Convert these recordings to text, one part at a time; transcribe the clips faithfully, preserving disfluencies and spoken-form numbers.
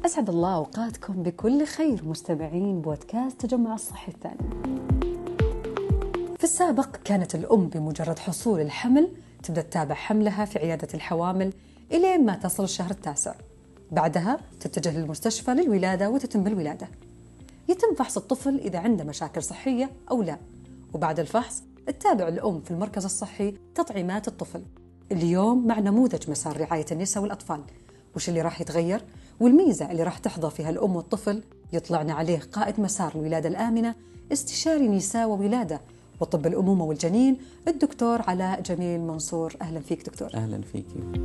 أسعد الله أوقاتكم بكل خير مستمعين بودكاست تجمع الصحي الثاني. في السابق كانت الأم بمجرد حصول الحمل تبدأ تتابع حملها في عيادة الحوامل إلين ما تصل الشهر التاسع. بعدها تتجه للمستشفى للولادة وتتم الولادة. يتم فحص الطفل إذا عنده مشاكل صحية أو لا، وبعد الفحص تتابع الأم في المركز الصحي تطعيمات الطفل. اليوم مع نموذج مسار رعاية النساء والأطفال، وش اللي راح يتغير والميزة اللي راح تحظى فيها الأم والطفل يطلعنا عليه قائد مسار الولادة الآمنة، استشاري نساء وولادة وطب الأمومة والجنين، الدكتور علاء جميل منصور. أهلا فيك دكتور. أهلا فيك.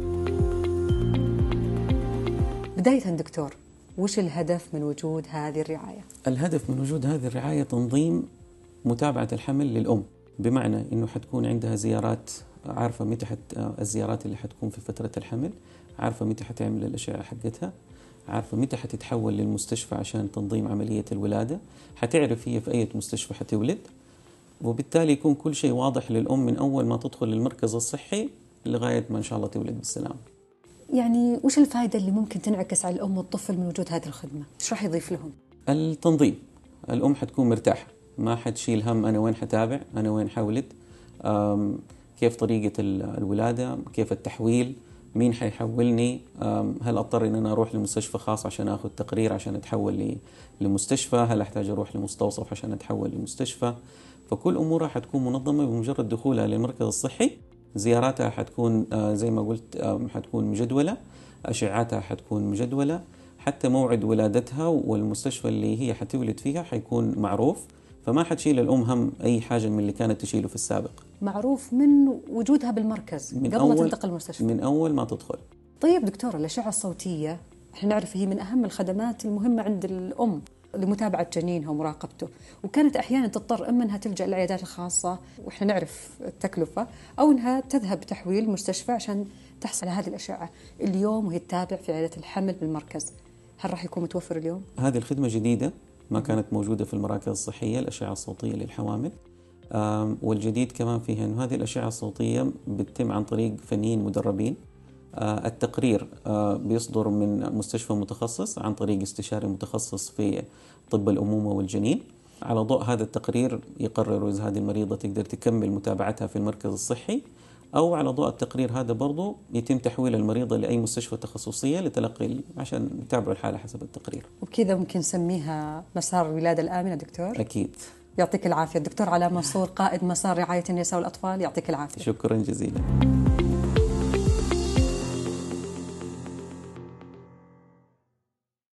بداية دكتور، وش الهدف من وجود هذه الرعاية؟ الهدف من وجود هذه الرعاية تنظيم متابعة الحمل للأم، بمعنى أنه حتكون عندها زيارات، عارفة متى حت الزيارات اللي حتكون في فترة الحمل، عارفة متى حتعمل الأشعة حقتها، عارفة متى حتتحول للمستشفى عشان تنظيم عملية الولادة، حتعرف هي في أي مستشفى حتولد، وبالتالي يكون كل شيء واضح للأم من أول ما تدخل المركز الصحي لغاية ما إن شاء الله تولد بالسلام. يعني وش الفائدة اللي ممكن تنعكس على الأم والطفل من وجود هذه الخدمة؟ إيش راح يضيف لهم؟ التنظيم، الأم حتكون مرتاحة، ما حتشيل هم أنا وين حتابع، أنا وين حولد، كيف طريقة الولادة، كيف التحويل، مين حيحولني، هل أضطر إن أنا أروح لمستشفى خاص عشان أخذ تقرير عشان أتحول لمستشفى، هل أحتاج أروح لمستوصف عشان أتحول لمستشفى. فكل أمورها حتكون منظمة بمجرد دخولها للمركز الصحي. زياراتها حتكون زي ما قلت حتكون مجدولة، أشعاتها حتكون مجدولة، حتى موعد ولادتها والمستشفى اللي هي حتولد فيها حيكون معروف، فما حتشيل الأم هم أي حاجة من اللي كانت تشيله في السابق. معروف من وجودها بالمركز من قبل ما تنتقل المستشفى، من أول ما تدخل. طيب دكتور، الأشعة الصوتية احنا نعرف هي من أهم الخدمات المهمة عند الأم لمتابعة جنينها ومراقبته، وكانت أحيانا تضطر إما أنها تلجأ للعيادات الخاصة وإحنا نعرف التكلفة، أو أنها تذهب تحويل مستشفى عشان تحصل على هذه الأشعة. اليوم وهي تتابع في عيادة الحمل بالمركز، هل راح يكون متوفر اليوم؟ هذه الخدمة جديدة ما كانت موجودة في المراكز الصحية، الأشعة الصوتية للحوامل. والجديد كمان فيها أن هذه الأشعة الصوتية بتتم عن طريق فنيين مدربين. التقرير بيصدر من مستشفى متخصص عن طريق استشاري متخصص في طب الأمومة والجنين. على ضوء هذا التقرير يقرر إذا هذه المريضة تقدر تكمل متابعتها في المركز الصحي، أو على ضوء التقرير هذا برضو يتم تحويل المريضة لأي مستشفى تخصصية لتلقي عشان يتابعوا الحالة حسب التقرير. وبكذا ممكن نسميها مسار الولادة الآمنة دكتور؟ أكيد. يعطيك العافية دكتور علاء منصور، قائد مسار رعاية النساء والأطفال، يعطيك العافية. شكرا جزيلا.